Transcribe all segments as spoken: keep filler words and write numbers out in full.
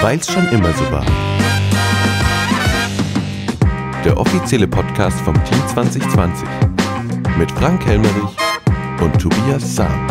Weil's schon immer so war. Der offizielle Podcast vom Team zwanzig zwanzig mit Frank Helmerich und Tobias Sam.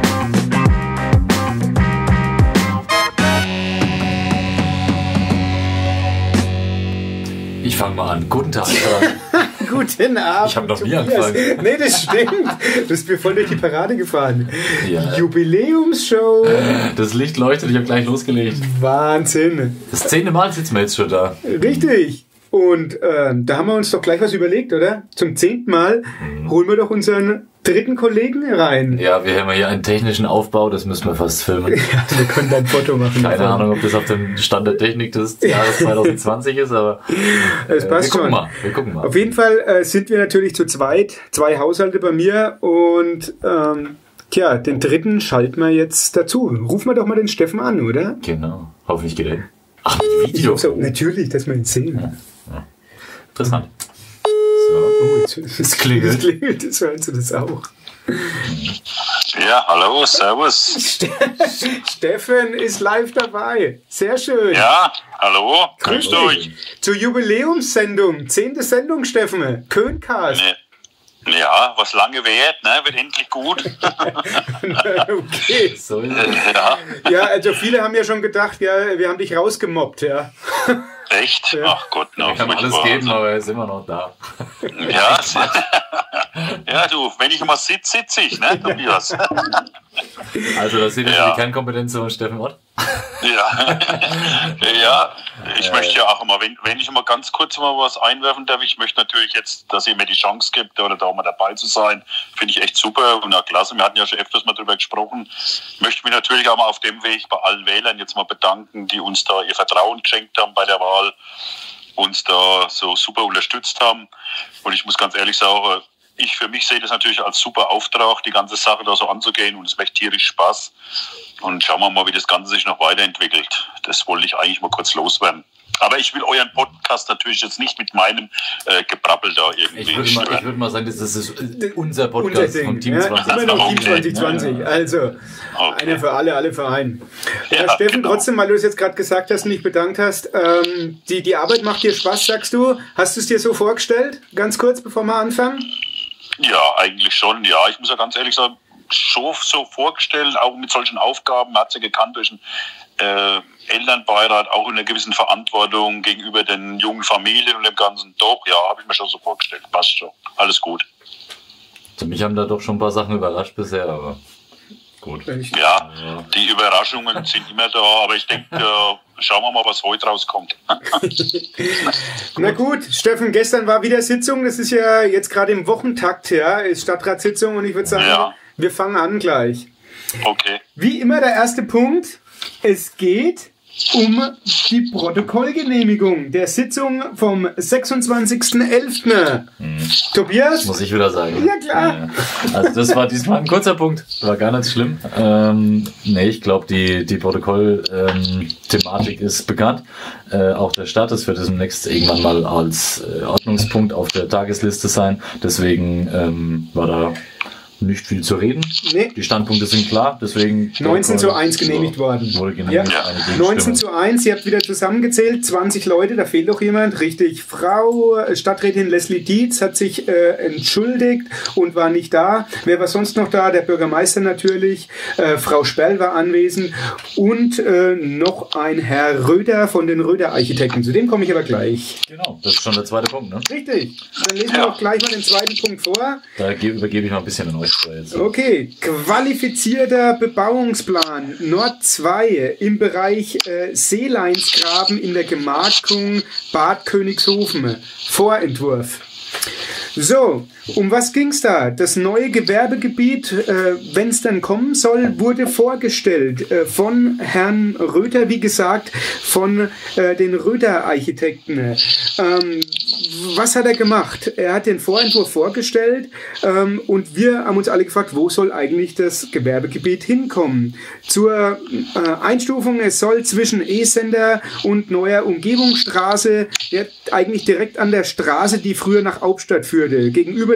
Ich fange mal an. Guten Tag. Guten Abend. Ich habe noch nie Tobias. angefangen. Nee, das stimmt. Du bist mir voll durch die Parade gefahren. Ja. Jubiläumsshow. Das Licht leuchtet, ich habe gleich losgelegt. Wahnsinn. Das zehnte Mal sitzen wir jetzt schon da. Richtig. Und ähm, da haben wir uns doch gleich was überlegt, oder? Zum zehnten Mal holen wir doch unseren dritten Kollegen rein. Ja, wir haben hier einen technischen Aufbau, das müssen wir fast filmen. Ja, wir können da ein Foto machen. Keine davon. Ahnung, ob das auf dem Stand der Technik des Jahres zwanzig zwanzig ist, aber Das äh, passt wir gucken schon. mal. Wir gucken mal. Auf jeden Fall äh, sind wir natürlich zu zweit, zwei Haushalte bei mir und ähm, tja, den dritten schalten wir jetzt dazu. Rufen wir doch mal den Steffen an, oder? Genau. Hoffentlich geht er hin. Ach, mit Video. So, natürlich, dass wir ihn sehen. Ja. Ja. Interessant. So. Oh, jetzt, Es klingelt. Es klingelt, das hören Sie das auch. Ja, hallo, servus. Ste Steffen ist live dabei. Sehr schön. Ja, hallo, grüßt Grüß euch. dich. Zur Jubiläumssendung. Zehnte Sendung, Steffen. Köncast. Ne, ja, was lange währt, ne, wird endlich gut. Okay. So ist es. Ja, Ja, also viele haben ja schon gedacht, ja, wir haben dich rausgemobbt, ja. echt? Ja. Ach Gott, Er no, kann alles furchtbar. geben, aber er ist immer noch da. Ja, ja, du, wenn ich immer sitze, sitze ich, ne, Tobias. Also, das seht ihr Ja. die Kernkompetenz von Steffen Ott. Ja, ja, ich möchte ja auch immer, wenn, wenn ich immer ganz kurz mal was einwerfen darf, ich möchte natürlich jetzt, dass ihr mir die Chance gibt, oder da mal dabei zu sein, finde ich echt super und ja, klasse. Wir hatten ja schon öfters mal drüber gesprochen. Ich möchte mich natürlich auch mal auf dem Weg bei allen Wählern jetzt mal bedanken, die uns da ihr Vertrauen geschenkt haben bei der Wahl, uns da so super unterstützt haben. Und ich muss ganz ehrlich sagen, ich für mich sehe das natürlich als super Auftrag, die ganze Sache da so anzugehen, und es macht tierisch Spaß. Und schauen wir mal, wie das Ganze sich noch weiterentwickelt. Das wollte ich eigentlich mal kurz loswerden. Aber ich will euren Podcast natürlich jetzt nicht mit meinem äh, Gebrabbel da irgendwie Ich würde, mal, ich stören. würde mal sagen, das ist unser Unser Podcast Ding. vom Team Ja, zwanzig immer noch Team Okay. zwanzig zwanzig. Also, Okay. einer für alle, alle für einen. Ja, Ja, Steffen, genau. trotzdem, weil du es jetzt gerade gesagt hast und dich bedankt hast, ähm, die, die Arbeit macht dir Spaß, sagst du. Hast du es dir so vorgestellt? Ganz kurz, bevor wir anfangen. Ja, eigentlich schon. Ja, ich muss ja ganz ehrlich sagen, schon so vorgestellt, auch mit solchen Aufgaben, man hat sie gekannt durch einen äh, Elternbeirat, auch in einer gewissen Verantwortung gegenüber den jungen Familien und dem Ganzen. Doch, ja, habe ich mir schon so vorgestellt. Passt schon. Alles gut. Also mich haben da doch schon ein paar Sachen überrascht bisher, aber gut. Wenn ich- Ja, die Überraschungen sind immer da, aber ich denke, äh, schauen wir mal, was heute rauskommt. Na gut, Steffen, gestern war wieder Sitzung. Das ist ja jetzt gerade im Wochentakt, ja, ist Stadtratssitzung und ich würde sagen, Ja. wir fangen an gleich. Okay. Wie immer der erste Punkt. Es geht um die Protokollgenehmigung der Sitzung vom sechsundzwanzigsten elften Tobias? Muss ich wieder sagen. Ja, klar. Ja. Also das war diesmal ein kurzer Punkt, war gar nicht schlimm. Ähm, nee, ich glaube, die, die Protokoll-Thematik ist bekannt. Äh, auch der Start, das wird demnächst irgendwann mal als äh, Ordnungspunkt auf der Tagesliste sein. Deswegen ähm, war da nicht viel zu reden. Nee. Die Standpunkte sind klar, deswegen... neunzehn zu eins genehmigt worden. Wurde genehmigt. Ja. Eine Gegenstimme. neunzehn zu eins, ihr habt wieder zusammengezählt, zwanzig Leute, da fehlt doch jemand, richtig. Frau Stadträtin Leslie Dietz hat sich äh, entschuldigt und war nicht da. Wer war sonst noch da? Der Bürgermeister natürlich, äh, Frau Sperl war anwesend und äh, noch ein Herr Röder von den Röder Architekten. Zu dem komme ich aber gleich. Genau, das ist schon der zweite Punkt, ne? Richtig, dann lesen wir Ja. doch gleich mal den zweiten Punkt vor. Da ge- übergebe ich mal ein bisschen an euch jetzt. Okay, qualifizierter Bebauungsplan Nord zwei im Bereich äh, Seeleinsgraben in der Gemarkung Bad Königshofen. Vorentwurf. So, um was ging's da? Das neue Gewerbegebiet, äh, wenn es dann kommen soll, wurde vorgestellt äh, von Herrn Röder, wie gesagt, von äh, den Röder-Architekten. Ähm, was hat er gemacht? Er hat den Vorentwurf vorgestellt ähm, und wir haben uns alle gefragt, wo soll eigentlich das Gewerbegebiet hinkommen? Zur äh, Einstufung, es soll zwischen Esender und Neuer Umgebungsstraße, ja, eigentlich direkt an der Straße, die früher nach Hauptstadt führte, gegenüber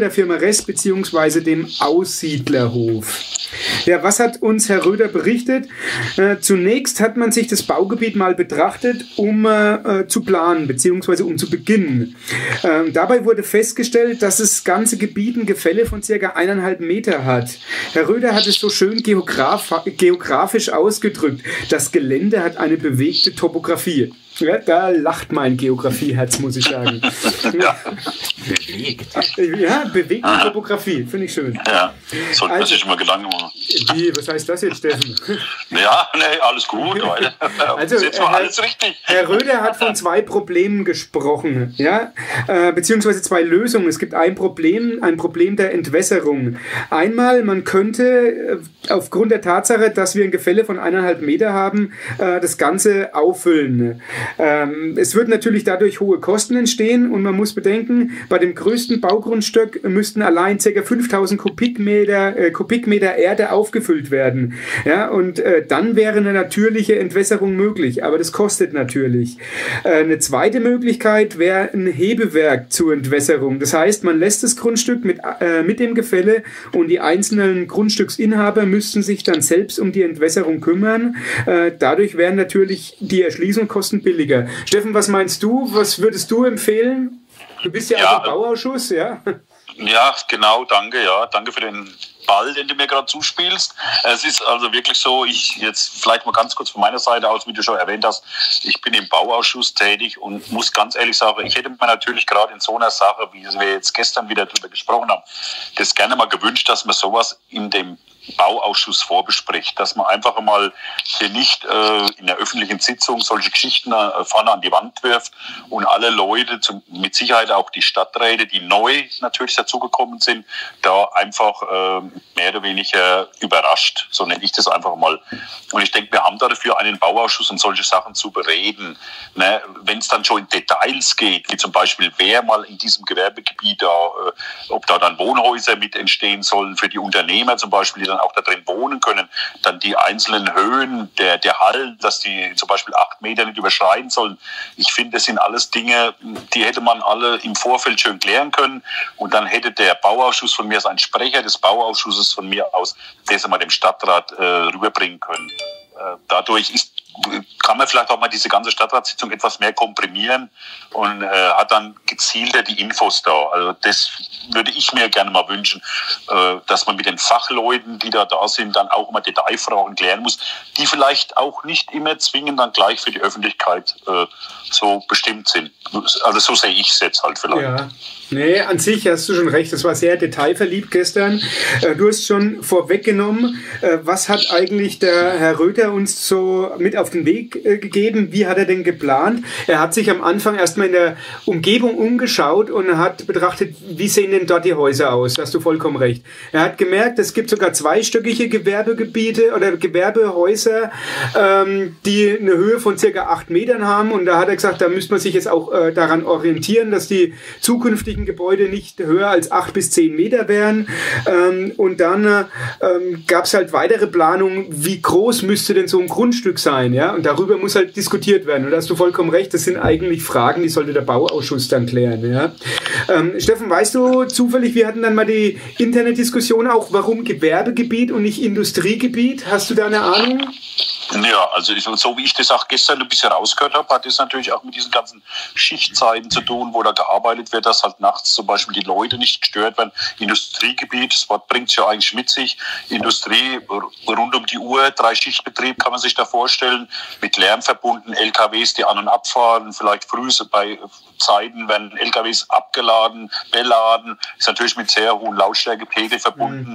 der Firma Rest bzw. dem Aussiedlerhof. Ja, was hat uns Herr Röder berichtet? Äh, zunächst hat man sich das Baugebiet mal betrachtet, um äh, zu planen bzw. um zu beginnen. Äh, dabei wurde festgestellt, dass das ganze Gebiet ein Gefälle von circa eineinhalb Meter hat. Herr Röder hat es so schön geograf geografisch ausgedrückt. Das Gelände hat eine bewegte Topografie. Ja, da lacht mein Geografieherz, muss ich sagen. Ja. Bewegt. Ja, bewegte Topografie, finde ich schön. Ja, sollte man Also- sich mal Gedanken machen. Wie, was heißt das jetzt, Steffen? Ja, nee, alles gut. Leute. Also, ist jetzt mal Herr- alles richtig. Herr Röder hat von zwei Problemen gesprochen, ja, äh, beziehungsweise zwei Lösungen. Es gibt ein Problem, ein Problem der Entwässerung. Einmal, man könnte äh, aufgrund der Tatsache, dass wir ein Gefälle von eineinhalb Meter haben, äh, das Ganze auffüllen. Ähm, es würden natürlich dadurch hohe Kosten entstehen und man muss bedenken, bei dem größten Baugrundstück müssten allein ca. fünftausend Kubikmeter, äh, Kubikmeter Erde aufgefüllt werden. Ja, und äh, dann wäre eine natürliche Entwässerung möglich, aber das kostet natürlich. Äh, eine zweite Möglichkeit wäre ein Hebewerk zur Entwässerung. Das heißt, man lässt das Grundstück mit, äh, mit dem Gefälle und die einzelnen Grundstücksinhaber müssten sich dann selbst um die Entwässerung kümmern. Äh, dadurch wären natürlich die Erschließungskosten billiger. Steffen, was meinst du? Was würdest du empfehlen? Du bist ja, Ja, auch im Bauausschuss, ja? Ja, genau, danke, ja. Danke für den Ball, den du mir gerade zuspielst. Es ist also wirklich so, ich jetzt vielleicht mal ganz kurz von meiner Seite aus, wie du schon erwähnt hast, ich bin im Bauausschuss tätig und muss ganz ehrlich sagen, ich hätte mir natürlich gerade in so einer Sache, wie wir jetzt gestern wieder darüber gesprochen haben, das gerne mal gewünscht, dass man sowas in dem Bauausschuss vorbespricht, dass man einfach mal hier nicht äh, in der öffentlichen Sitzung solche Geschichten äh, vorne an die Wand wirft und alle Leute, zum, mit Sicherheit auch die Stadträte, die neu natürlich dazugekommen sind, da einfach äh, mehr oder weniger überrascht, so nenne ich das einfach mal. Und ich denke, wir haben dafür einen Bauausschuss, um solche Sachen zu bereden. Ne? Wenn es dann schon in Details geht, wie zum Beispiel, wer mal in diesem Gewerbegebiet da, äh, ob da dann Wohnhäuser mit entstehen sollen für die Unternehmer zum Beispiel, die dann auch da drin wohnen können, dann die einzelnen Höhen der, der Hallen, dass die zum Beispiel acht Meter nicht überschreiten sollen. Ich finde, das sind alles Dinge, die hätte man alle im Vorfeld schön klären können und dann hätte der Bauausschuss von mir als ein Sprecher des Bauausschusses von mir aus, das mal dem Stadtrat äh, rüberbringen können. Äh, dadurch ist kann man vielleicht auch mal diese ganze Stadtratssitzung etwas mehr komprimieren und äh, hat dann gezielter die Infos da. Also das würde ich mir gerne mal wünschen, äh, dass man mit den Fachleuten, die da da sind, dann auch mal Detailfragen klären muss, die vielleicht auch nicht immer zwingend dann gleich für die Öffentlichkeit äh, so bestimmt sind. Also so sehe ich es jetzt halt vielleicht. Ja, nee, an sich hast du schon recht, das war sehr detailverliebt gestern. Äh, du hast schon vorweggenommen, äh, was hat eigentlich der Herr Röder uns so mit auf den Weg äh, gegeben? Wie hat er denn geplant? Er hat sich am Anfang erstmal in der Umgebung umgeschaut und hat betrachtet, wie sehen denn dort die Häuser aus? Da hast du vollkommen recht. Er hat gemerkt, es gibt sogar zweistöckige Gewerbegebiete oder Gewerbehäuser, ähm, die eine Höhe von circa acht Metern haben und da hat er gesagt, da müsste man sich jetzt auch äh, daran orientieren, dass die zukünftigen Gebäude nicht höher als acht bis zehn Meter wären. Ähm, und dann ähm, gab es halt weitere Planungen, wie groß müsste denn so ein Grundstück sein, ja? Und darüber muss halt diskutiert werden. Und da hast du vollkommen recht, das sind eigentlich Fragen, die sollte der Bauausschuss dann klären, ja? Ähm, Steffen, weißt du zufällig, wir hatten dann mal die Internetdiskussion auch, warum Gewerbegebiet und nicht Industriegebiet? Hast du da eine Ahnung? Ja, also ich, so wie ich das auch gestern ein bisschen rausgehört habe, hat das natürlich auch mit diesen ganzen Schichtzeiten zu tun, wo da gearbeitet wird, dass halt nachts zum Beispiel die Leute nicht gestört werden. Industriegebiet, das Wort bringt es ja eigentlich mit sich. Industrie rund um die Uhr, Drei-Schichtbetrieb kann man sich da vorstellen, mit Lärm verbunden, L K Ws, die an- und abfahren, vielleicht früh bei Zeiten werden L K Ws abgeladen, beladen, ist natürlich mit sehr hohen Lautstärkepegel verbunden. Mhm.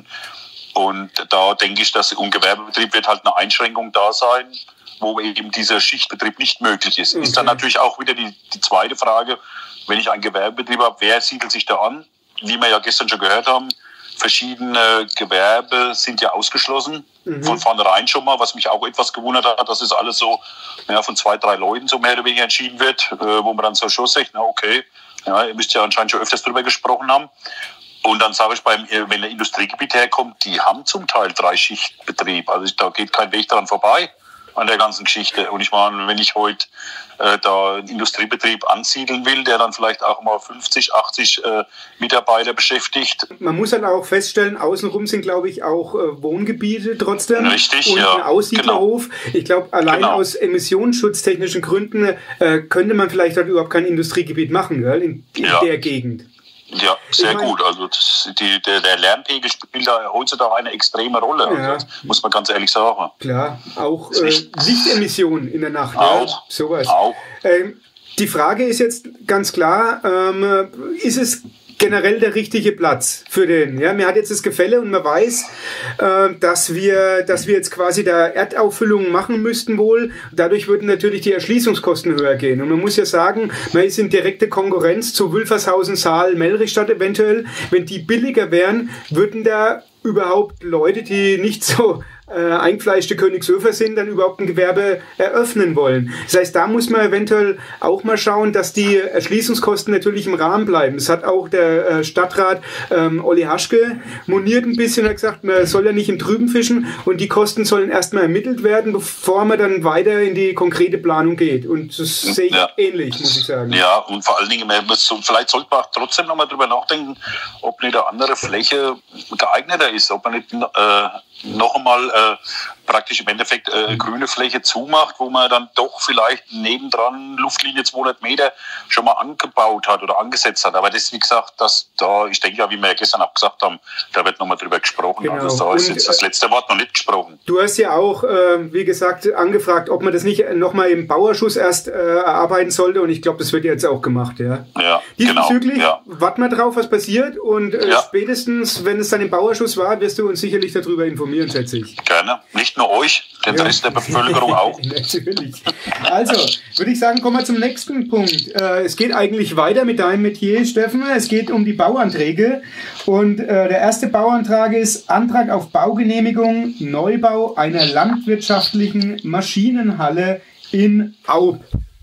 Und da denke ich, dass im Gewerbebetrieb wird halt eine Einschränkung da sein, wo eben dieser Schichtbetrieb nicht möglich ist. Okay. Ist dann natürlich auch wieder die, die zweite Frage, wenn ich einen Gewerbebetrieb habe, wer siedelt sich da an? Wie wir ja gestern schon gehört haben, verschiedene Gewerbe sind ja ausgeschlossen. Mhm. Von vornherein schon mal, was mich auch etwas gewundert hat, dass es alles so ja, von zwei, drei Leuten so mehr oder weniger entschieden wird, äh, wo man dann so schon sagt, na okay, ja, ihr müsst ja anscheinend schon öfters drüber gesprochen haben. Und dann sage ich, beim, wenn ein Industriegebiet herkommt, die haben zum Teil Drei-Schicht-Betrieb. Also da geht kein Weg daran vorbei. an der ganzen Geschichte. Und ich meine, wenn ich heute äh, da einen Industriebetrieb ansiedeln will, der dann vielleicht auch mal fünfzig, achtzig äh, Mitarbeiter beschäftigt. Man muss dann auch feststellen, außenrum sind, glaube ich, auch äh, Wohngebiete trotzdem. Richtig, und ja. ein Aussiedlerhof. Genau. Ich glaube, allein genau. aus emissionsschutztechnischen Gründen äh, könnte man vielleicht dort überhaupt kein Industriegebiet machen, gell, in, in ja. der Gegend. Ja, sehr ich mein, gut. Also das, die, der, der Lärmpegel spielt da heutzutage eine extreme Rolle. Ja. Also, muss man ganz ehrlich sagen. Klar, auch äh, Lichtemissionen in der Nacht. Auch. Ja, sowas. Auch. Ähm, die Frage ist jetzt ganz klar, ähm, ist es generell der richtige Platz für den? Ja, mir hat jetzt das Gefälle und man weiß, äh, dass wir, dass wir jetzt quasi da Erdauffüllungen machen müssten wohl. Dadurch würden natürlich die Erschließungskosten höher gehen. Und man muss ja sagen, man ist in direkte Konkurrenz zu Wülfershausen, Saal, Melrichstadt eventuell. Wenn die billiger wären, würden da überhaupt Leute, die nicht so äh, eingefleischte Königshöfer sind, dann überhaupt ein Gewerbe eröffnen wollen. Das heißt, da muss man eventuell auch mal schauen, dass die Erschließungskosten natürlich im Rahmen bleiben. Das hat auch der äh, Stadtrat ähm, Olli Haschke moniert ein bisschen, hat gesagt, man soll ja nicht im Trüben fischen und die Kosten sollen erstmal ermittelt werden, bevor man dann weiter in die konkrete Planung geht. Und das sehe ich ja. ähnlich, muss ich sagen. Ja, und vor allen Dingen, vielleicht sollte man trotzdem nochmal drüber nachdenken, ob nicht eine andere Fläche geeigneter ist, ob man nicht äh, noch einmal äh, praktisch im Endeffekt äh, grüne Fläche zumacht, wo man dann doch vielleicht nebendran Luftlinie zweihundert Meter schon mal angebaut hat oder angesetzt hat. Aber das, wie gesagt, das da, ich denke ja, wie wir ja gestern auch gesagt haben, da wird nochmal drüber gesprochen. Genau. Also da ist jetzt das letzte Wort noch nicht gesprochen. Du hast ja auch, äh, wie gesagt, angefragt, ob man das nicht nochmal im Bauausschuss erst äh, erarbeiten sollte. Und ich glaube, das wird jetzt auch gemacht. Ja, ja Diesbezüglich genau, ja. warten wir drauf, was passiert. Und äh, ja. spätestens, wenn es dann im Bauausschuss war, wirst du uns sicherlich darüber informieren, schätze ich. Gerne. Nicht nur euch, den ja. Rest der Bevölkerung auch. Natürlich. Also, würde ich sagen, kommen wir zum nächsten Punkt. Äh, es geht eigentlich weiter mit deinem Metier, Steffen. Es geht um die Bauanträge. Und äh, der erste Bauantrag ist Antrag auf Baugenehmigung, Neubau einer landwirtschaftlichen Maschinenhalle in Aub.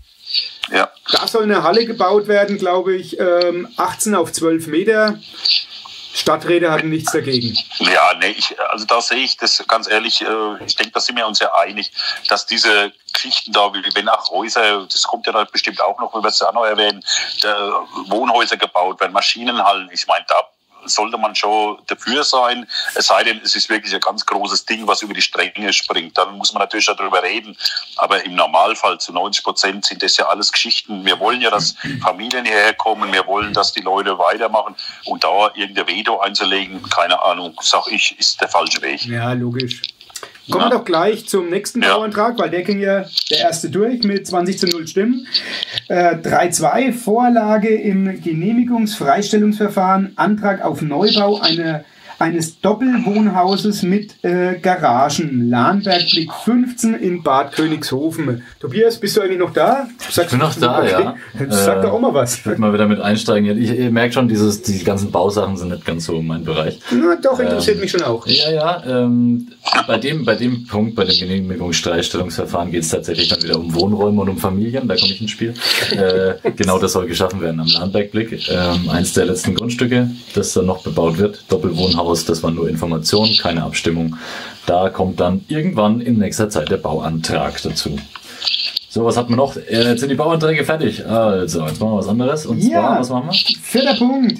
Ja. Da soll eine Halle gebaut werden, glaube ich, ähm, achtzehn auf zwölf Meter. Stadträte hatten nichts dagegen. Ja, nee, ich, also da sehe ich das ganz ehrlich, äh, ich denke, da sind wir uns ja einig, dass diese Geschichten da, wie wenn auch Häuser, das kommt ja da bestimmt auch noch, wir werden es ja auch noch erwähnen, Wohnhäuser gebaut werden, Maschinenhallen, ich meine, da sollte man schon dafür sein, es sei denn, es ist wirklich ein ganz großes Ding, was über die Stränge springt. Dann muss man natürlich darüber reden, aber im Normalfall zu neunzig Prozent sind das ja alles Geschichten. Wir wollen ja, dass Familien hierher kommen, wir wollen, dass die Leute weitermachen und da irgendein Veto einzulegen, keine Ahnung, sag ich, ist der falsche Weg. Ja, logisch. Kommen ja. wir doch gleich zum nächsten ja. Bauantrag, weil der ging ja der erste durch mit zwanzig zu null Stimmen. Äh, drei Punkt zwei Vorlage im Genehmigungsfreistellungsverfahren, Antrag auf Neubau einer, eines Doppelwohnhauses mit äh, Garagen. Lahnbergblick fünfzehn in Bad Königshofen. Tobias, bist du eigentlich noch da? Sagst ich bin noch da, okay. ja. Sag äh, doch auch mal was. Ich würde mal wieder mit einsteigen. Ich, ich merke schon, dieses, die ganzen Bausachen sind nicht ganz so mein Bereich. Na, doch, interessiert ähm, mich schon auch. Ja, ja. Ähm, bei, dem, bei dem Punkt, bei dem Genehmigungsfreistellungsverfahren geht es tatsächlich dann wieder um Wohnräume und um Familien. Da komme ich ins Spiel. Äh, genau das soll geschaffen werden am Lahnbergblick. Ähm, eins der letzten Grundstücke, das dann noch bebaut wird. Doppelwohnhaus, das war nur Information, keine Abstimmung. Da kommt dann irgendwann in nächster Zeit der Bauantrag dazu. So, was hat man noch? Jetzt sind die Bauanträge fertig. Also, jetzt machen wir was anderes. Und ja, zwar, was machen wir? Vierter Punkt.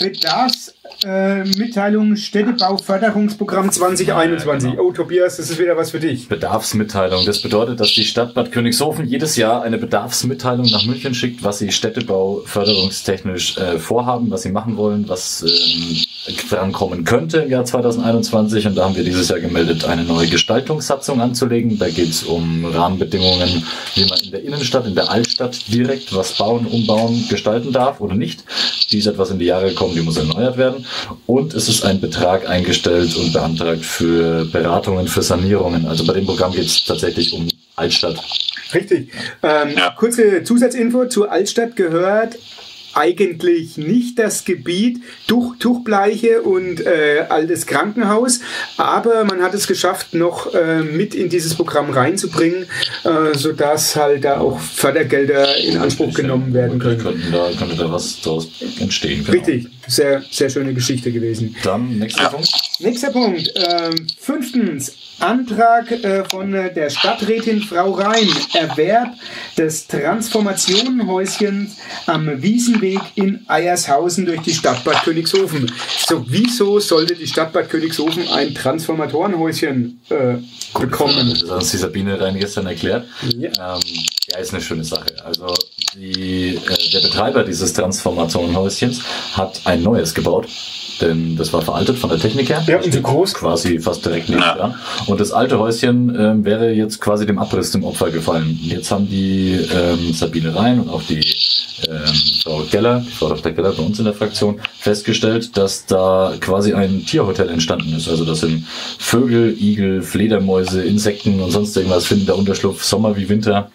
Bedarfsmitteilung äh, Städtebauförderungsprogramm zwanzig einundzwanzig. Ja, genau. Oh, Tobias, das ist wieder was für dich. Bedarfsmitteilung. Das bedeutet, dass die Stadt Bad Königshofen jedes Jahr eine Bedarfsmitteilung nach München schickt, was sie städtebauförderungstechnisch äh, vorhaben, was sie machen wollen, was ähm, drankommen könnte im Jahr zwanzig einundzwanzig. Und da haben wir dieses Jahr gemeldet, eine neue Gestaltungssatzung anzulegen. Da geht es um Rahmenbedingungen, wie man in der Innenstadt, in der Altstadt direkt was bauen, umbauen, gestalten darf oder nicht. Die ist etwas in die Jahre gekommen, die muss erneuert werden. Und es ist ein Betrag eingestellt und beantragt für Beratungen, für Sanierungen. Also bei dem Programm geht es tatsächlich um Altstadt. Richtig. Ähm, ja. Kurze Zusatzinfo, zur Altstadt gehört eigentlich nicht das Gebiet Tuch, Tuchbleiche und äh, altes Krankenhaus, aber man hat es geschafft, noch äh, mit in dieses Programm reinzubringen, äh, sodass halt da auch Fördergelder in Anspruch genommen werden können. Könnten da, könnte da was draus entstehen. Genau. Richtig. sehr, sehr schöne Geschichte gewesen. Dann nächster Ja. Punkt. Nächster Punkt. Ähm, fünftens. Antrag äh, von äh, der Stadträtin Frau Rhein. Erwerb des Transformationenhäuschens am Wiesenweg in Eiershausen durch die Stadt Bad Königshofen. So, wieso sollte die Stadt Bad Königshofen ein Transformatorenhäuschen äh, bekommen? Das hat uns die Sabine Rhein gestern erklärt. Ja. Ähm, ja, ist eine schöne Sache. Also die, äh, der Betreiber dieses Transformationenhäuschens hat ein neues gebaut. Denn das war veraltet von der Technik her. Ja, und so groß. Quasi fast direkt nebenan. Ja. Und das alte Häuschen ähm, wäre jetzt quasi dem Abriss zum Opfer gefallen. Jetzt haben die ähm, Sabine Rhein und auch die ähm, Frau Geller, die Frau Doktor Geller bei uns in der Fraktion, festgestellt, dass da quasi ein Tierhotel entstanden ist. Also das sind Vögel, Igel, Fledermäuse, Insekten und sonst irgendwas finden der Unterschlupf Sommer wie Winter.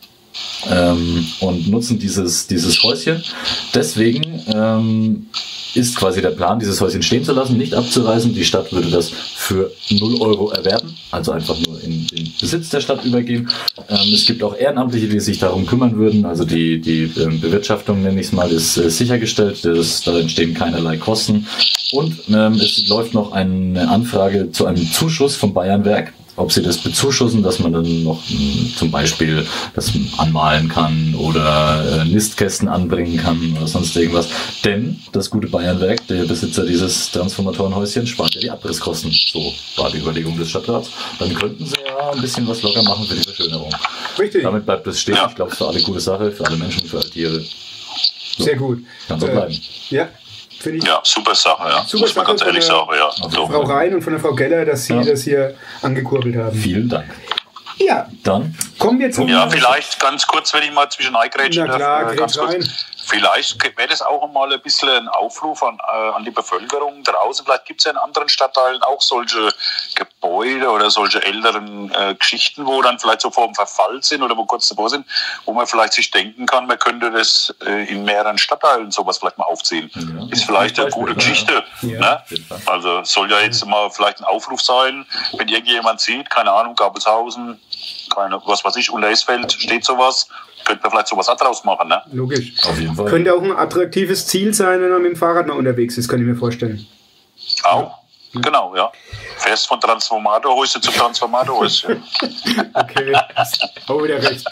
Ähm, und nutzen dieses, dieses Häuschen. Deswegen ähm, ist quasi der Plan, dieses Häuschen stehen zu lassen, nicht abzureißen. Die Stadt würde das für null Euro erwerben, also einfach nur in den Besitz der Stadt übergeben. Ähm, es gibt auch Ehrenamtliche, die sich darum kümmern würden. Also die, die ähm, Bewirtschaftung, nenne ich es mal, ist äh, sichergestellt. Das, da entstehen keinerlei Kosten. Und ähm, es läuft noch eine Anfrage zu einem Zuschuss vom Bayernwerk, ob sie das bezuschussen, dass man dann noch mh, zum Beispiel das anmalen kann oder äh, Nistkästen anbringen kann oder sonst irgendwas. Denn das gute Bayernwerk, der Besitzer dieses Transformatorenhäuschen, spart ja die Abrisskosten. So war die Überlegung des Stadtrats. Dann könnten sie ja ein bisschen was locker machen für die Verschönerung. Richtig. Damit bleibt es stehen. Ja. Ich glaube, es ist für alle gute Sache, für alle Menschen, für alle Tiere. So, Sehr gut. kann so Äh, bleiben. Ja, finde ich. Ja, super Sache, ja. Super Muss man Sache ganz ehrlich von sagen, ja. Auf jeden Doch. Frau Rhein und von der Frau Geller, dass sie Ja. das hier angekurbelt haben. Vielen Dank. Ja, Dann kommen wir zum... Ja, vielleicht ganz kurz, wenn ich mal zwischen eingrätschen Na klar, darf. äh, ganz grätsch kurz. rein. Vielleicht wäre das auch mal ein bisschen ein Aufruf an, äh, an die Bevölkerung draußen. Vielleicht gibt es ja in anderen Stadtteilen auch solche Gebäude oder solche älteren äh, Geschichten, wo dann vielleicht so vor dem Verfall sind oder wo kurz davor sind, wo man vielleicht sich denken kann, man könnte das äh, in mehreren Stadtteilen sowas vielleicht mal aufziehen. Ja. Ist vielleicht eine Beispiel, gute ja. Geschichte. Ja. Ne? auf jeden Fall. Also soll ja jetzt mal vielleicht ein Aufruf sein, wenn irgendjemand sieht, keine Ahnung, Gabelshausen, keine, was weiß ich, Unteresfeld steht sowas, könnte man vielleicht sowas auch draus machen, ne? Logisch. Auf jeden Fall. Könnte auch ein attraktives Ziel sein, wenn man mit dem Fahrrad mal unterwegs ist, kann ich mir vorstellen. Auch. Genau, ja. Fährst von Transformatorhäuschen zu Transformatorhäuschen. Okay, auch wieder recht.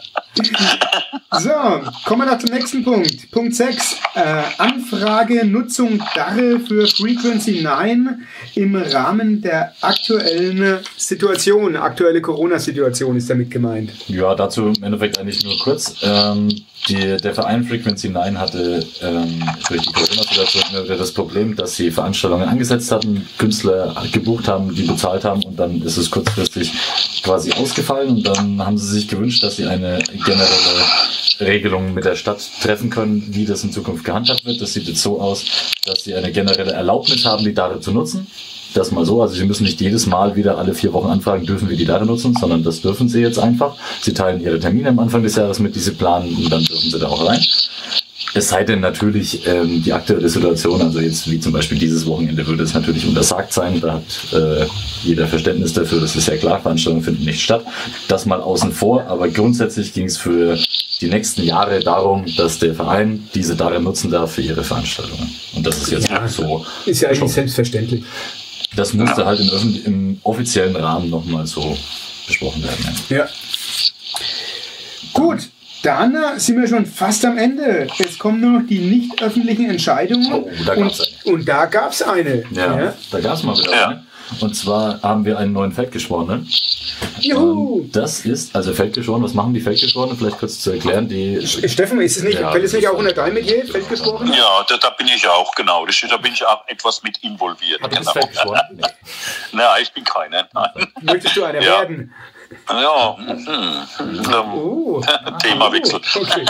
So, kommen wir noch zum nächsten Punkt. Punkt sechs. Äh, Anfrage Nutzung Darre für Frequency neun im Rahmen der aktuellen Situation. Aktuelle Corona-Situation ist damit gemeint. Ja, dazu im Endeffekt eigentlich nur kurz. Ähm, die, der Verein Frequency neun hatte ähm, durch die Corona-Situation immer wieder das Problem, dass sie Veranstaltungen angesetzt hatten, Künstler gebucht haben, die bezahlt haben und dann ist es kurzfristig quasi ausgefallen und dann haben sie sich gewünscht, dass sie eine generelle Regelung mit der Stadt treffen können, wie das in Zukunft gehandhabt wird. Das sieht jetzt so aus, dass sie eine generelle Erlaubnis haben, die Daten zu nutzen. Das mal so, also Sie müssen nicht jedes Mal wieder alle vier Wochen anfragen, dürfen wir die Daten nutzen, sondern das dürfen Sie jetzt einfach. Sie teilen Ihre Termine am Anfang des Jahres mit, die Sie planen und dann dürfen Sie da auch rein. Es sei denn natürlich, ähm, die aktuelle Situation, also jetzt wie zum Beispiel dieses Wochenende, würde es natürlich untersagt sein. Da hat äh, jeder Verständnis dafür, das ist ja klar, Veranstaltungen finden nicht statt. Das mal außen vor, aber grundsätzlich ging es für die nächsten Jahre darum, dass der Verein diese Daten nutzen darf für ihre Veranstaltungen. Und das ist jetzt Ja, so. Ist ja eigentlich schon. selbstverständlich. Das musste halt im, öffentlich- im offiziellen Rahmen nochmal so besprochen werden. Ja. Ja. Gut, dann äh, sind wir schon fast am Ende. Jetzt kommen nur noch die nicht öffentlichen Entscheidungen. Oh, da gab's und, und da gab es eine. Ja, Ja. da gab es mal wieder Ja. eine. Und zwar haben wir einen neuen Feldgeschworenen. Juhu! Ähm, Das ist, also Feldgeschworene, was machen die Feldgeschworenen? Vielleicht kurz zu erklären. Die, Steffen, ist es nicht, Ja, fällt es nicht das auch ist- unter dein Metier, Feldgesprochen? Ja, da, da bin ich auch, genau. Das, da bin ich auch etwas mit involviert. du bist Genau. Feldgeschworener? Nee. Nein, ich bin keiner. Nein. Möchtest du einer Ja. werden? Ja, hm, hm. Oh. Themawechsel. Oh, okay.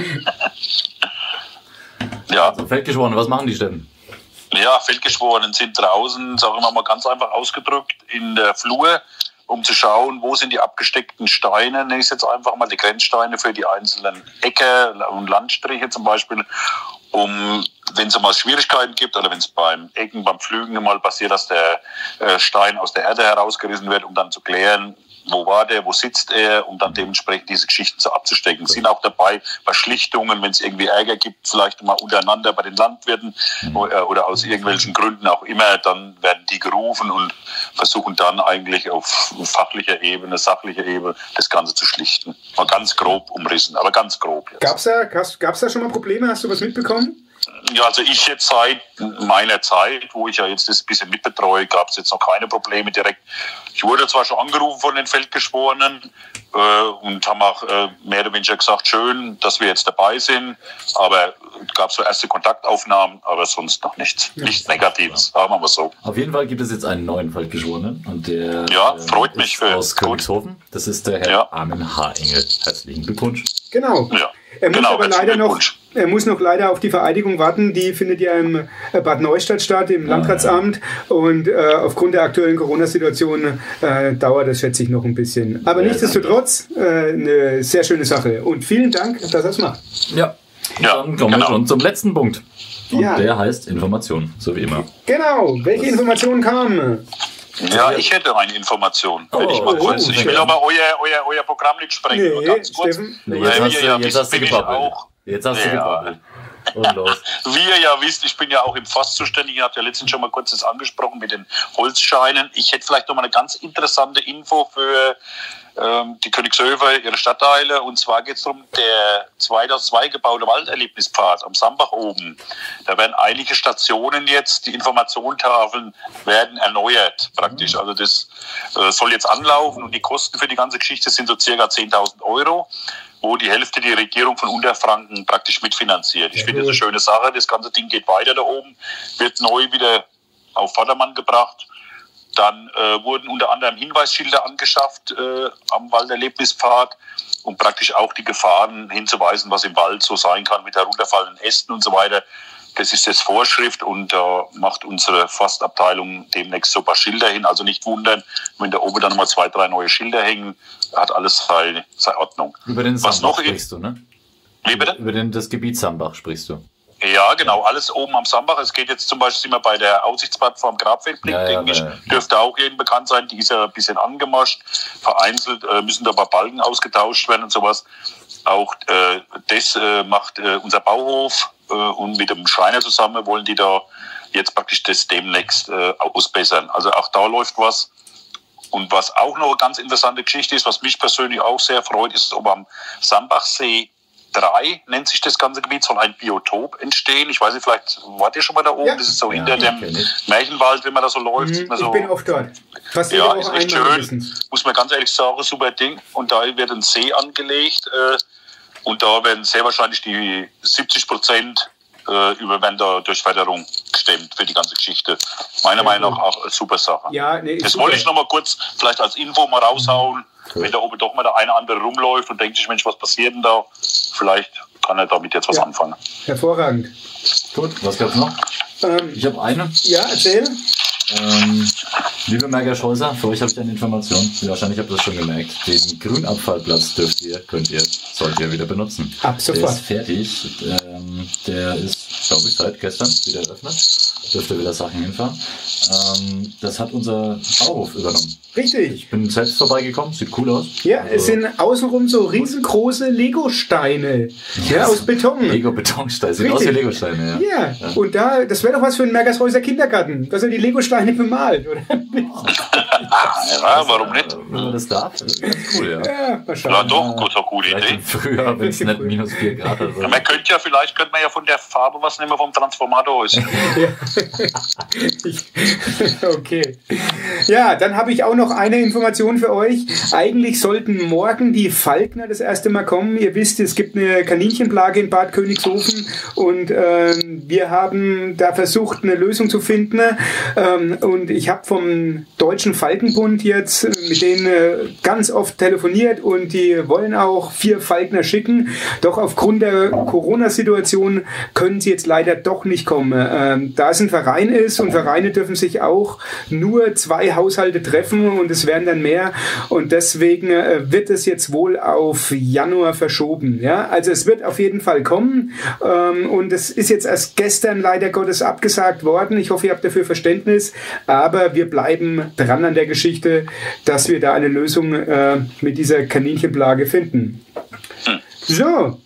Ja, Also Feldgeschworene, was machen die, Steffen? ja, Feldgeschworenen sind draußen, sagen wir mal ganz einfach ausgedrückt, in der Flur, um zu schauen, wo sind die abgesteckten Steine, nenne ich es jetzt einfach mal, die Grenzsteine für die einzelnen Äcker und Landstriche zum Beispiel, um, wenn es mal Schwierigkeiten gibt oder wenn es beim Ecken, beim Pflügen mal passiert, dass der äh, Stein aus der Erde herausgerissen wird, um dann zu klären, wo war der, wo sitzt er, um dann dementsprechend diese Geschichten so abzustecken. Sind auch dabei bei Schlichtungen, wenn es irgendwie Ärger gibt, vielleicht mal untereinander bei den Landwirten mhm. oder, oder aus irgendwelchen Gründen auch immer, dann werden die gerufen und versuchen dann eigentlich auf fachlicher Ebene, sachlicher Ebene das Ganze zu schlichten. Mal ganz grob umrissen, aber ganz grob jetzt. Gab's da, gab's da schon mal Probleme? Hast du was mitbekommen? Ja, also ich jetzt seit meiner Zeit, wo ich ja jetzt das ein bisschen mitbetreue, gab es jetzt noch keine Probleme direkt. Ich wurde zwar schon angerufen von den Feldgeschworenen äh, und haben auch äh, mehr oder weniger gesagt, schön, dass wir jetzt dabei sind, aber es gab so erste Kontaktaufnahmen, aber sonst noch nichts. Ja. Nichts Negatives, sagen wir mal so. Auf jeden Fall gibt es jetzt einen neuen Feldgeschworenen und der ja, freut mich ist aus Königshofen. Das ist der Herr ja. Armin H. Herzlichen Glückwunsch. Genau. Ja. Er muss genau, aber leider noch, er muss noch leider auf die Vereidigung warten. Die findet ja im Bad Neustadt statt, im Landratsamt. Und äh, aufgrund der aktuellen Corona-Situation äh, dauert das, schätze ich, noch ein bisschen. Aber nichtsdestotrotz äh, eine sehr schöne Sache. Und vielen Dank, dass er es macht. Ja. Ja, dann kommen genau. wir schon zum letzten Punkt. Und Ja. der heißt Information, so wie immer. Genau. Welche Informationen kamen? Ja, ich hätte eine Information. Oh, Wenn ich mal oh, kurz. oh, Ich will ja. aber euer, euer, euer Programm nicht sprengen. Nur Nee, ganz kurz. Steffen. Nee, Weil jetzt hast wir du, ja jetzt wissen, hast du bin ich gebabbelt. auch- Jetzt hast du Ja. gebabbelt. Und los. Wie ihr ja wisst, ich bin ja auch im Forst zuständig. Ihr habt ja letztens schon mal kurz das angesprochen mit den Holzscheinen. Ich hätte vielleicht noch mal eine ganz interessante Info für ähm, die Königshöfer, ihre Stadtteile. Und zwar geht es darum, der zweitausendzwei gebaute Walderlebnispfad am Sambach oben. Da werden einige Stationen jetzt, die Informationstafeln werden erneuert praktisch. Also das äh, soll jetzt anlaufen und die Kosten für die ganze Geschichte sind so circa zehntausend Euro. Wo die Hälfte die Regierung von Unterfranken praktisch mitfinanziert. Ich finde das eine schöne Sache. Das ganze Ding geht weiter da oben, wird neu wieder auf Vordermann gebracht. Dann äh, wurden unter anderem Hinweisschilder angeschafft äh, am Walderlebnispfad, um praktisch auch die Gefahren hinzuweisen, was im Wald so sein kann mit herunterfallenden Ästen und so weiter. Das ist jetzt Vorschrift und da äh, macht unsere Forstabteilung demnächst so ein paar Schilder hin. Also nicht wundern, wenn da oben dann nochmal zwei, drei neue Schilder hängen, hat alles seine, seine Ordnung. Über den Was Sambach noch sprichst du, ne? Wie bitte? Über den, das Gebiet Sambach sprichst du. Ja, genau, alles oben am Sambach. Es geht jetzt zum Beispiel, sind wir bei der Aussichtsplattform Grabfeldblick, Ja, ja, denke ich. ja. Dürfte auch jedem bekannt sein. Die ist ja ein bisschen angemascht, vereinzelt, äh, müssen da ein paar Balken ausgetauscht werden und sowas. Auch äh, das äh, macht äh, unser Bauhof äh, und mit dem Schreiner zusammen wollen die da jetzt praktisch das demnächst äh, ausbessern. Also auch da läuft was. Und was auch noch eine ganz interessante Geschichte ist, was mich persönlich auch sehr freut, ist, ob am Sambachsee drei nennt sich das ganze Gebiet, soll ein Biotop entstehen. Ich weiß nicht, vielleicht wart ihr schon mal da oben? Ja. Das ist so Ja, hinter dem kenn ich. Märchenwald, wenn man da so läuft. Sieht Mhm, man ich so, bin oft dort. Fast jede ja, Woche ist echt einmal schön. mindestens. Muss man ganz ehrlich sagen, super Ding. Und da wird ein See angelegt. Äh, und da werden sehr wahrscheinlich die siebzig Prozent äh, über werden da durch Förderung gestemmt für die ganze Geschichte. Meiner Ja, Meinung gut. nach auch eine super Sache. Ja, nee, ist Das super. wollte ich noch mal kurz vielleicht als Info mal raushauen. Cool. Wenn da oben doch mal der eine oder andere rumläuft und denkt sich, Mensch, was passiert denn da? Vielleicht kann er damit jetzt was Ja. anfangen. Hervorragend. Gut, was gab's noch? Ähm, Ich habe eine. ja, erzähl. Ähm, liebe Merger-Scholzer, für euch habe ich eine Information. Wahrscheinlich habt ihr das schon gemerkt. Den Grünabfallplatz dürft ihr, könnt ihr, sollt ihr wieder benutzen. Ab sofort. Der ist fertig. Ähm, der ist, glaube ich, seit gestern wieder eröffnet. Dürft ihr wieder Sachen hinfahren. Ähm, das hat unser Bauhof übernommen. Richtig. Ich bin selbst vorbeigekommen, sieht cool aus. Ja, Also, es sind außenrum so riesengroße Lego-Steine. Ja, aus Beton. Lego-Betonsteine, sieht aus wie Richtig. Lego-Steine, ja. Ja, und da, das wäre doch was für einen Mergershäuser Kindergarten, dass er die Lego-Steine bemalt, oder? Ja, warum nicht? Wenn man das darf, ist ganz cool, ja. Ja, Ja, wahrscheinlich. doch, gut, eine gute Vielleicht Idee. im Frühjahr, wenn es nicht minus vier Grad hat. Ja, man könnte ja, vielleicht könnte man ja von der Farbe was nehmen vom Transformator. Ist. Ich, okay. Ja, dann habe ich auch noch eine Information für euch. Eigentlich sollten morgen die Falkner das erste Mal kommen. Ihr wisst, es gibt eine Kaninchenplage in Bad Königshofen und ähm, wir haben da versucht, eine Lösung zu finden. Ähm, und ich habe vom Deutschen Falkenbund jetzt mit denen äh, ganz oft telefoniert und die wollen auch vier Falkner schicken. Doch aufgrund der Corona-Situation können sie jetzt leider doch nicht kommen. Ähm, da es ein Verein ist und Vereine dürfen sich auch nur zwei Haushalte treffen und es werden dann mehr und deswegen äh, wird es jetzt wohl auf Januar verschoben. Ja? Also es wird auf jeden Fall kommen ähm, und es ist jetzt erst gestern leider Gottes abgesagt worden. Ich hoffe, ihr habt dafür Verständnis, aber wir bleiben dran an der der Geschichte, dass wir da eine Lösung äh, mit dieser Kaninchenplage finden. Hm. So.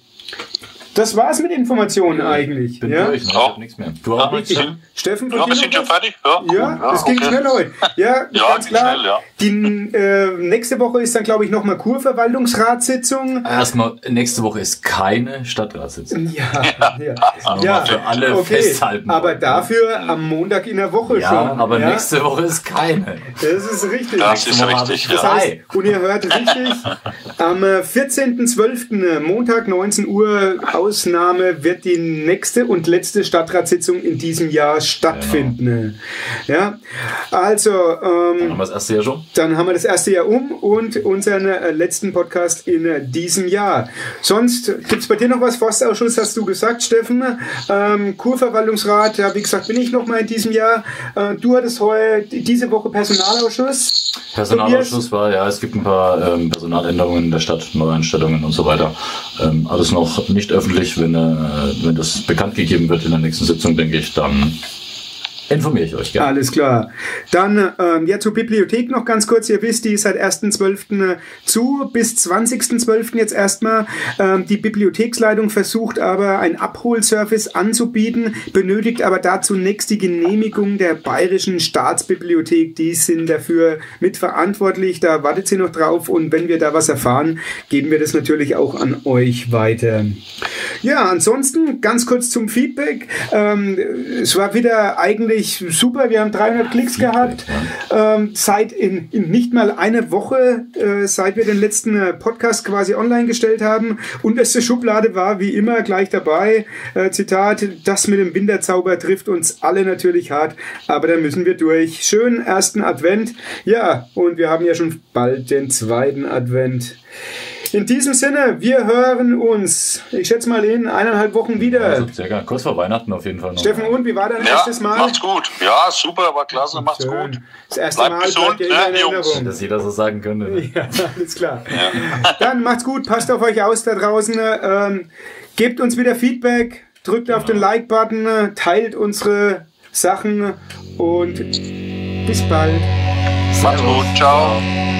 Das war's mit Informationen eigentlich. Bin ja? durch, ne? Ich hab nichts mehr. Du auch nichts mehr? Steffen, von Ja, dir wir noch sind schon was? fertig. Ja, cool. Ja, Ja, das ging okay. schnell heute. Ja, Ja, ganz ging klar. schnell, ja. Die äh, nächste Woche ist dann, glaube ich, nochmal Kurverwaltungsratssitzung. Erstmal, nächste Woche ist keine Stadtratssitzung. Ja, ja. Also ja. mal für alle okay. festhalten. Aber dafür am Montag in der Woche Ja, schon. aber ja? nächste Woche ist keine. Das ist richtig. Das ist Nächste Woche habe richtig, ich ja. Das heißt, drei. und ihr hört richtig, am äh, vierzehnten zwölften äh, Montag neunzehn Uhr Ausnahme wird die nächste und letzte Stadtratssitzung in diesem Jahr stattfinden. Ja, also ähm, Haben wir das erste Jahr schon? dann haben wir das erste Jahr um und unseren äh, letzten Podcast in äh, diesem Jahr. Sonst gibt es bei dir noch was? Forstausschuss hast du gesagt, Steffen. Ähm, Kurverwaltungsrat, ja, wie gesagt, bin ich noch mal in diesem Jahr. Äh, du hattest heute diese Woche Personalausschuss. Personalausschuss war, ja, es gibt ein paar ähm, Personaländerungen in der Stadt, Neueinstellungen und so weiter. Ähm, alles noch nicht öffentlich. Wenn, äh, wenn das bekannt gegeben wird in der nächsten Sitzung, denke ich, dann informiere ich euch gerne. Alles klar. Dann ähm, ja zur Bibliothek noch ganz kurz. Ihr wisst, die ist seit ersten zwölften zu, bis zwanzigsten zwölften jetzt erstmal. Ähm, die Bibliotheksleitung versucht aber einen Abholservice anzubieten, benötigt aber da zunächst die Genehmigung der Bayerischen Staatsbibliothek. Die sind dafür mitverantwortlich. Da wartet sie noch drauf und wenn wir da was erfahren, geben wir das natürlich auch an euch weiter. Ja, ansonsten ganz kurz zum Feedback. Ähm, es war wieder eigentlich super, wir haben dreihundert Klicks gehabt, ähm, seit in, in nicht mal eine Woche, äh, seit wir den letzten äh, Podcast quasi online gestellt haben. Unterste Schublade war wie immer gleich dabei, äh, Zitat, das mit dem Winterzauber trifft uns alle natürlich hart, aber da müssen wir durch. Schönen ersten Advent, ja, und wir haben ja schon bald den zweiten Advent. In diesem Sinne, wir hören uns, ich schätze mal, in eineinhalb Wochen wieder. Also, sehr gerne. Kurz vor Weihnachten auf jeden Fall noch. Steffen, und wie war dein Ja, erstes Mal? macht's gut. Ja, super, war klasse, macht's Schön. gut. Das erste Bleibt Mal gesund, bleibt dir immer in ne, Jungs? Erinnerung. Dass jeder so sagen könnte. Ne? Ja, alles klar. Dann macht's gut, passt auf euch aus da draußen. Ähm, gebt uns wieder Feedback, drückt auf den Like-Button, teilt unsere Sachen und bis bald. Macht's gut, ciao.